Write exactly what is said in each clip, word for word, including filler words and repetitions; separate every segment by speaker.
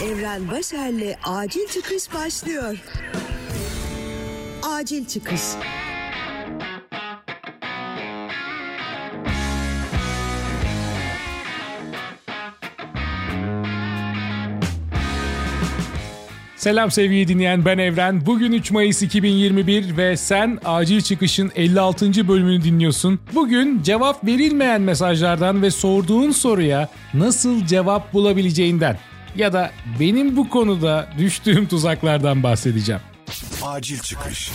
Speaker 1: Evren Başer'le Acil Çıkış başlıyor. Acil Çıkış.
Speaker 2: Selam sevgili dinleyen, ben Evren. Bugün üç Mayıs iki bin yirmi bir ve sen Acil Çıkış'ın elli altıncı bölümünü dinliyorsun. Bugün cevap verilmeyen mesajlardan ve sorduğun soruya nasıl cevap bulabileceğinden ya da benim bu konuda düştüğüm tuzaklardan bahsedeceğim.
Speaker 3: Acil Çıkış.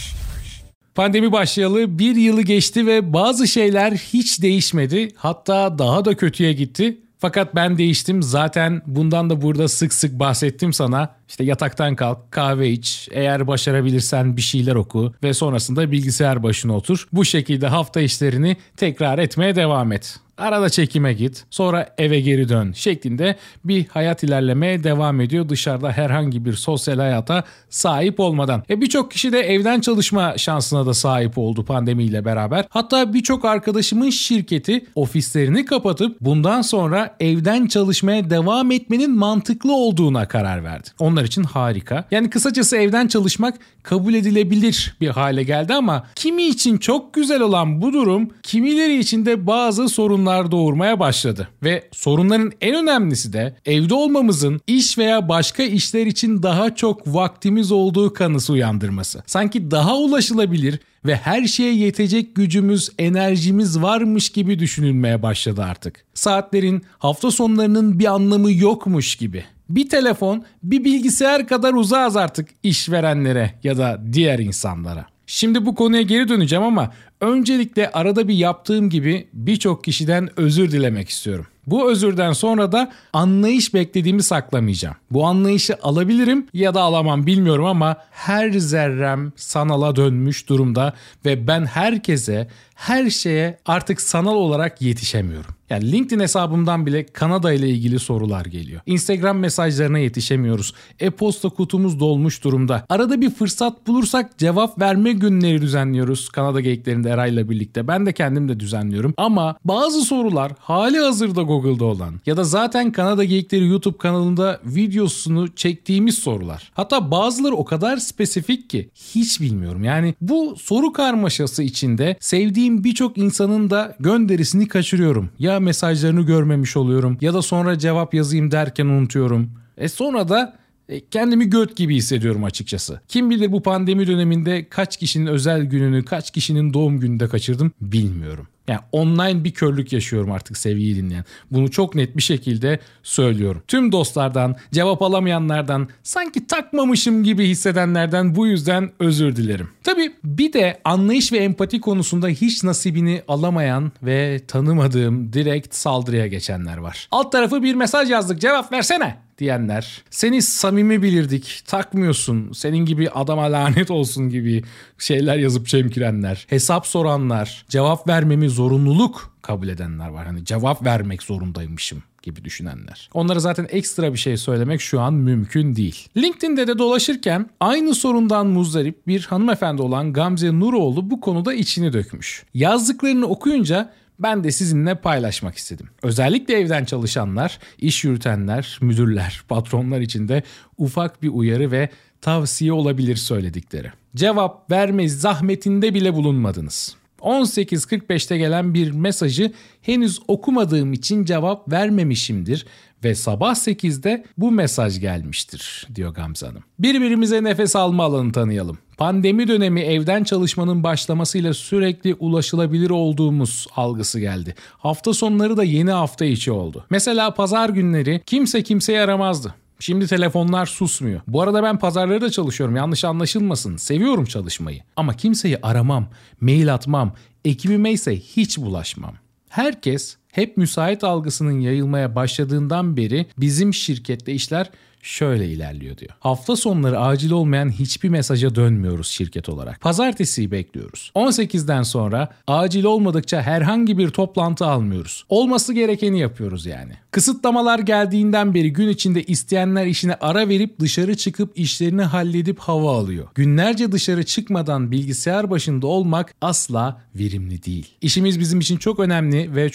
Speaker 2: Pandemi başlayalı bir yılı geçti ve bazı şeyler hiç değişmedi. Hatta daha da kötüye gitti. Fakat ben değiştim. Zaten bundan da burada sık sık bahsettim sana. İşte yataktan kalk, kahve iç, eğer başarabilirsen bir şeyler oku ve sonrasında bilgisayar başına otur. Bu şekilde hafta işlerini tekrar etmeye devam et. Arada çekime git, sonra eve geri dön şeklinde bir hayat ilerlemeye devam ediyor dışarıda herhangi bir sosyal hayata sahip olmadan. E birçok kişi de evden çalışma şansına da sahip oldu pandemiyle beraber. Hatta birçok arkadaşımın şirketi ofislerini kapatıp bundan sonra evden çalışmaya devam etmenin mantıklı olduğuna karar verdi. Onlar için harika. Yani kısacası evden çalışmak kabul edilebilir bir hale geldi ama kimi için çok güzel olan bu durum kimileri için de bazı sorunlar doğurmaya başladı. Ve sorunların en önemlisi de evde olmamızın iş veya başka işler için daha çok vaktimiz olduğu kanısı uyandırması. Sanki daha ulaşılabilir ve her şeye yetecek gücümüz, enerjimiz varmış gibi düşünülmeye başladı artık. Saatlerin, hafta sonlarının bir anlamı yokmuş gibi. Bir telefon, bir bilgisayar kadar uzağız artık işverenlere ya da diğer insanlara. Şimdi bu konuya geri döneceğim ama öncelikle arada bir yaptığım gibi birçok kişiden özür dilemek istiyorum. Bu özürden sonra da anlayış beklediğimi saklamayacağım. Bu anlayışı alabilirim ya da alamam bilmiyorum ama her zerrem sanala dönmüş durumda ve ben herkese, her şeye artık sanal olarak yetişemiyorum. Yani LinkedIn hesabımdan bile Kanada ile ilgili sorular geliyor. Instagram mesajlarına yetişemiyoruz. E-posta kutumuz dolmuş durumda. Arada bir fırsat bulursak cevap verme günleri düzenliyoruz. Kanada Geyiklerinde Eray'la birlikte. Ben de kendim de düzenliyorum. Ama bazı sorular hali hazırda Google'da olan ya da zaten Kanada Geyikleri YouTube kanalında videosunu çektiğimiz sorular. Hatta bazıları o kadar spesifik ki hiç bilmiyorum. Yani bu soru karmaşası içinde sevdiğim birçok insanın da gönderisini kaçırıyorum. Ya mesajlarını görmemiş oluyorum ya da sonra cevap yazayım derken unutuyorum. E sonra da kendimi göt gibi hissediyorum açıkçası. Kim bilir bu pandemi döneminde kaç kişinin özel gününü, kaç kişinin doğum gününü de kaçırdım bilmiyorum. Yani online bir körlük yaşıyorum artık sevgili dinleyen. Bunu çok net bir şekilde söylüyorum. Tüm dostlardan, cevap alamayanlardan, sanki takmamışım gibi hissedenlerden bu yüzden özür dilerim. Tabii bir de anlayış ve empati konusunda hiç nasibini alamayan ve tanımadığım direkt saldırıya geçenler var. Alt tarafı bir mesaj yazdık, cevap versene diyenler. Seni samimi bilirdik, takmıyorsun, senin gibi adama lanet olsun gibi şeyler yazıp çemkirenler. Hesap soranlar, cevap vermemi zorunluluk kabul edenler var. Hani cevap vermek zorundaymışım gibi düşünenler. Onlara zaten ekstra bir şey söylemek şu an mümkün değil. LinkedIn'de de dolaşırken aynı sorundan muzdarip bir hanımefendi olan Gamze Nuroğlu bu konuda içini dökmüş. Yazdıklarını okuyunca ben de sizinle paylaşmak istedim. Özellikle evden çalışanlar, iş yürütenler, müdürler, patronlar için de ufak bir uyarı ve tavsiye olabilir söyledikleri. Cevap verme zahmetinde bile bulunmadınız. on sekiz kırk beşte gelen bir mesajı henüz okumadığım için cevap vermemişimdir ve sabah sekizde bu mesaj gelmiştir diyor Gamze Hanım. Birbirimize nefes alma alanı tanıyalım. Pandemi dönemi evden çalışmanın başlamasıyla sürekli ulaşılabilir olduğumuz algısı geldi. Hafta sonları da yeni hafta içi oldu. Mesela pazar günleri kimse kimseyi aramazdı. Şimdi telefonlar susmuyor. Bu arada ben pazarları da çalışıyorum. Yanlış anlaşılmasın. Seviyorum çalışmayı. Ama kimseyi aramam, mail atmam, ekibime ise hiç bulaşmam. Herkes hep müsait algısının yayılmaya başladığından beri bizim şirkette işler şöyle ilerliyor diyor. Hafta sonları acil olmayan hiçbir mesaja dönmüyoruz şirket olarak. Pazartesiyi bekliyoruz. on sekizden sonra acil olmadıkça herhangi bir toplantı almıyoruz. Olması gerekeni yapıyoruz yani. Kısıtlamalar geldiğinden beri gün içinde isteyenler işine ara verip dışarı çıkıp işlerini halledip hava alıyor. Günlerce dışarı çıkmadan bilgisayar başında olmak asla verimli değil. İşimiz bizim için çok önemli ve çok da sev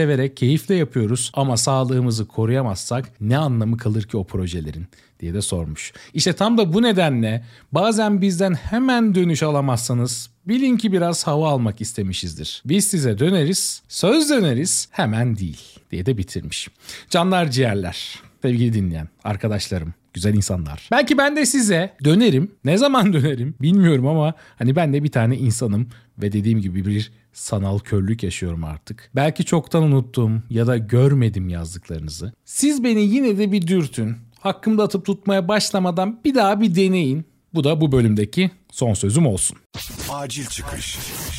Speaker 2: severek, keyifle yapıyoruz ama sağlığımızı koruyamazsak ne anlamı kalır ki o projelerin diye de sormuş. İşte tam da bu nedenle bazen bizden hemen dönüş alamazsanız bilin ki biraz hava almak istemişizdir. Biz size döneriz, söz döneriz, hemen değil diye de bitirmiş. Canlar ciğerler, sevgili dinleyen arkadaşlarım, güzel insanlar. Belki ben de size dönerim. Ne zaman dönerim bilmiyorum ama hani ben de bir tane insanım ve dediğim gibi bir sanal körlük yaşıyorum artık. Belki çoktan unuttum ya da görmedim yazdıklarınızı. Siz beni yine de bir dürtün. Hakkımda atıp tutmaya başlamadan bir daha bir deneyin. Bu da bu bölümdeki son sözüm olsun.
Speaker 3: Acil çıkış.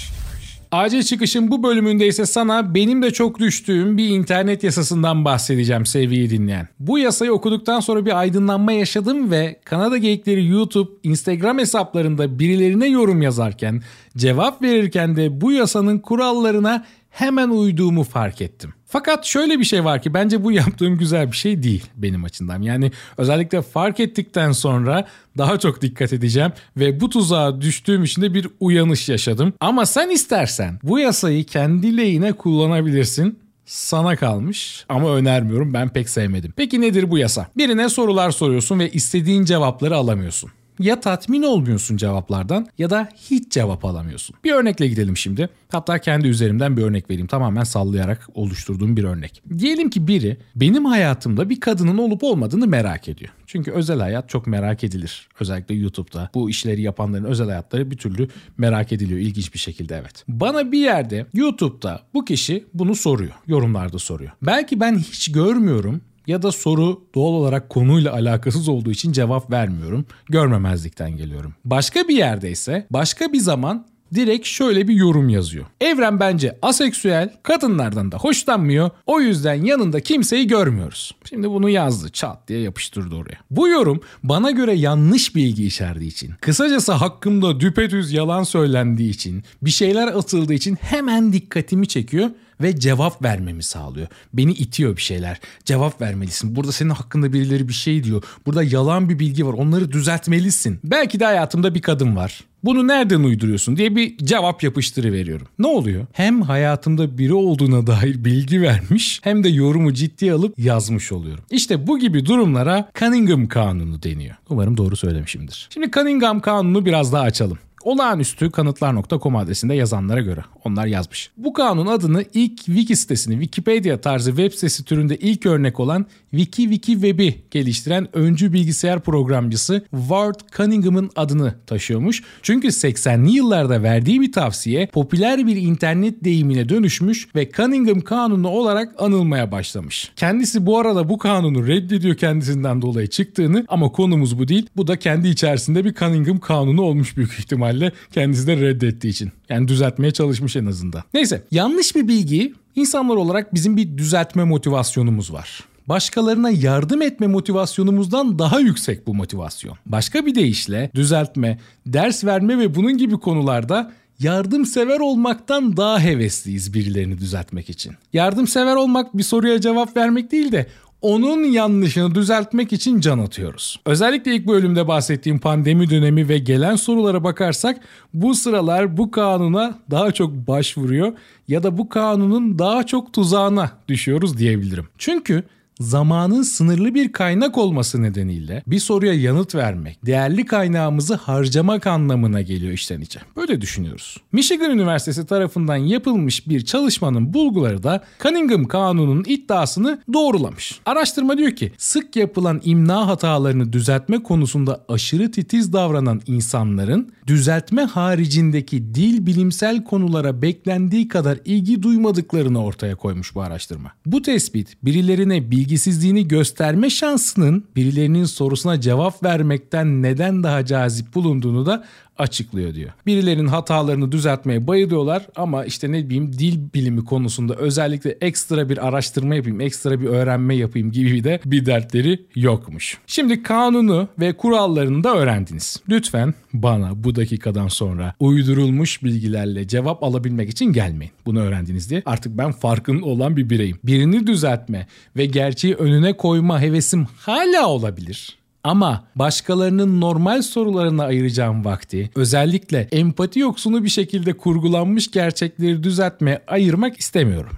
Speaker 2: Acil çıkışın bu bölümünde ise sana benim de çok düştüğüm bir internet yasasından bahsedeceğim sevgili dinleyen. Bu yasayı okuduktan sonra bir aydınlanma yaşadım ve Kanada Geyikleri YouTube, Instagram hesaplarında birilerine yorum yazarken, cevap verirken de bu yasanın kurallarına hemen uyduğumu fark ettim. Fakat şöyle bir şey var ki bence bu yaptığım güzel bir şey değil benim açımdan. Yani özellikle fark ettikten sonra daha çok dikkat edeceğim ve bu tuzağa düştüğüm için de bir uyanış yaşadım. Ama sen istersen bu yasayı kendi lehine kullanabilirsin. Sana kalmış ama önermiyorum, ben pek sevmedim. Peki nedir bu yasa? Birine sorular soruyorsun ve istediğin cevapları alamıyorsun. Ya tatmin olmuyorsun cevaplardan ya da hiç cevap alamıyorsun. Bir örnekle gidelim şimdi. Hatta kendi üzerimden bir örnek vereyim. Tamamen sallayarak oluşturduğum bir örnek. Diyelim ki biri benim hayatımda bir kadının olup olmadığını merak ediyor. Çünkü özel hayat çok merak edilir. Özellikle YouTube'da bu işleri yapanların özel hayatları bir türlü merak ediliyor ilginç bir şekilde, evet. Bana bir yerde YouTube'da bu kişi bunu soruyor. Yorumlarda soruyor. Belki ben hiç görmüyorum. Ya da soru doğal olarak konuyla alakasız olduğu için cevap vermiyorum. Görmemezlikten geliyorum. Başka bir yerde ise başka bir zaman direkt şöyle bir yorum yazıyor. Evren bence aseksüel, kadınlardan da hoşlanmıyor. O yüzden yanında kimseyi görmüyoruz. Şimdi bunu yazdı, çat diye yapıştırdı oraya. Bu yorum bana göre yanlış bilgi içerdiği için, kısacası hakkımda düpedüz yalan söylendiği için, bir şeyler atıldığı için hemen dikkatimi çekiyor ve cevap vermemi sağlıyor. Beni itiyor bir şeyler. Cevap vermelisin. Burada senin hakkında birileri bir şey diyor. Burada yalan bir bilgi var. Onları düzeltmelisin. Belki de hayatımda bir kadın var. Bunu nereden uyduruyorsun diye bir cevap yapıştırıveriyorum. Ne oluyor? Hem hayatımda biri olduğuna dair bilgi vermiş hem de yorumu ciddiye alıp yazmış oluyorum. İşte bu gibi durumlara Cunningham Kanunu deniyor. Umarım doğru söylemişimdir. Şimdi Cunningham Kanunu biraz daha açalım. Olağanüstü kanıtlar nokta com adresinde yazanlara göre. Onlar yazmış. Bu kanun adını ilk wiki sitesini, Wikipedia tarzı web sitesi türünde ilk örnek olan WikiWikiWeb'i geliştiren öncü bilgisayar programcısı Ward Cunningham'ın adını taşıyormuş. Çünkü seksenli yıllarda verdiği bir tavsiye popüler bir internet deyimine dönüşmüş ve Cunningham Kanunu olarak anılmaya başlamış. Kendisi bu arada bu kanunu reddediyor kendisinden dolayı çıktığını, ama konumuz bu değil. Bu da kendi içerisinde bir Cunningham Kanunu olmuş büyük ihtimalle. Kendisi de reddettiği için. Yani düzeltmeye çalışmış en azından. Neyse, yanlış bir bilgi, insanlar olarak bizim bir düzeltme motivasyonumuz var. Başkalarına yardım etme motivasyonumuzdan daha yüksek bu motivasyon. Başka bir deyişle düzeltme, ders verme ve bunun gibi konularda yardımsever olmaktan daha hevesliyiz birilerini düzeltmek için. Yardımsever olmak bir soruya cevap vermek değil de onun yanlışını düzeltmek için can atıyoruz. Özellikle ilk bölümde bahsettiğim pandemi dönemi ve gelen sorulara bakarsak bu sıralar bu kanuna daha çok başvuruyor ya da bu kanunun daha çok tuzağına düşüyoruz diyebilirim. Çünkü zamanın sınırlı bir kaynak olması nedeniyle bir soruya yanıt vermek, değerli kaynağımızı harcamak anlamına geliyor içten içe. Böyle düşünüyoruz. Michigan Üniversitesi tarafından yapılmış bir çalışmanın bulguları da Cunningham Kanunu'nun iddiasını doğrulamış. Araştırma diyor ki, sık yapılan imla hatalarını düzeltme konusunda aşırı titiz davranan insanların düzeltme haricindeki dil bilimsel konulara beklendiği kadar ilgi duymadıklarını ortaya koymuş bu araştırma. Bu tespit birilerine bilgi bilgisizliğini gösterme şansının birilerinin sorusuna cevap vermekten neden daha cazip bulunduğunu da açıklıyor diyor. Birilerinin hatalarını düzeltmeye bayılıyorlar ama işte ne bileyim dil bilimi konusunda özellikle ekstra bir araştırma yapayım, ekstra bir öğrenme yapayım gibi de bir dertleri yokmuş. Şimdi kanunu ve kurallarını da öğrendiniz. Lütfen bana bu dakikadan sonra uydurulmuş bilgilerle cevap alabilmek için gelmeyin. Bunu öğrendiniz diye. Artık ben farkında olan bir bireyim. Birini düzeltme ve gerçeği önüne koyma hevesim hala olabilir. Ama başkalarının normal sorularına ayıracağım vakti, özellikle empati yoksunu bir şekilde kurgulanmış gerçekleri düzeltmeye ayırmak istemiyorum. Yani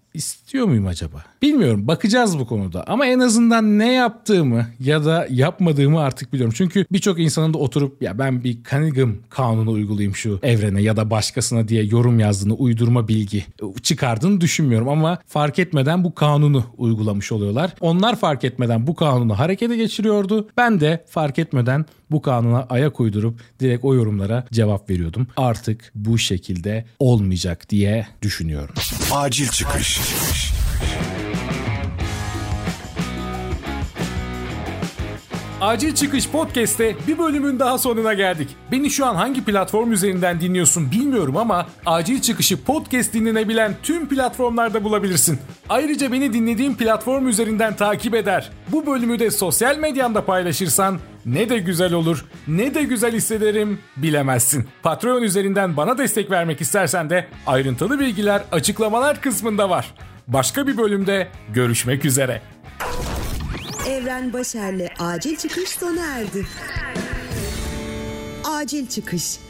Speaker 2: istiyor muyum acaba? Bilmiyorum, bakacağız bu konuda ama en azından ne yaptığımı ya da yapmadığımı artık biliyorum. Çünkü birçok insanın da oturup ya ben bir Cunningham kanunu uygulayayım şu evrene ya da başkasına diye yorum yazdığını, uydurma bilgi çıkardığını düşünmüyorum ama fark etmeden bu kanunu uygulamış oluyorlar. Onlar fark etmeden bu kanunu harekete geçiriyordu. Ben de fark etmeden bu kanuna ayak uydurup direkt o yorumlara cevap veriyordum. Artık bu şekilde olmayacak diye düşünüyorum.
Speaker 3: Acil çıkış.
Speaker 2: Acil Çıkış Podcast'te bir bölümün daha sonuna geldik. Beni şu an hangi platform üzerinden dinliyorsun bilmiyorum ama Acil Çıkış'ı podcast dinlenebilen tüm platformlarda bulabilirsin. Ayrıca beni dinlediğin platform üzerinden takip eder. Bu bölümü de sosyal medyanda paylaşırsan ne de güzel olur, ne de güzel hissederim bilemezsin. Patreon üzerinden bana destek vermek istersen de ayrıntılı bilgiler açıklamalar kısmında var. Başka bir bölümde görüşmek üzere.
Speaker 1: Evren Başer'le Acil Çıkış sona erdi. Acil Çıkış.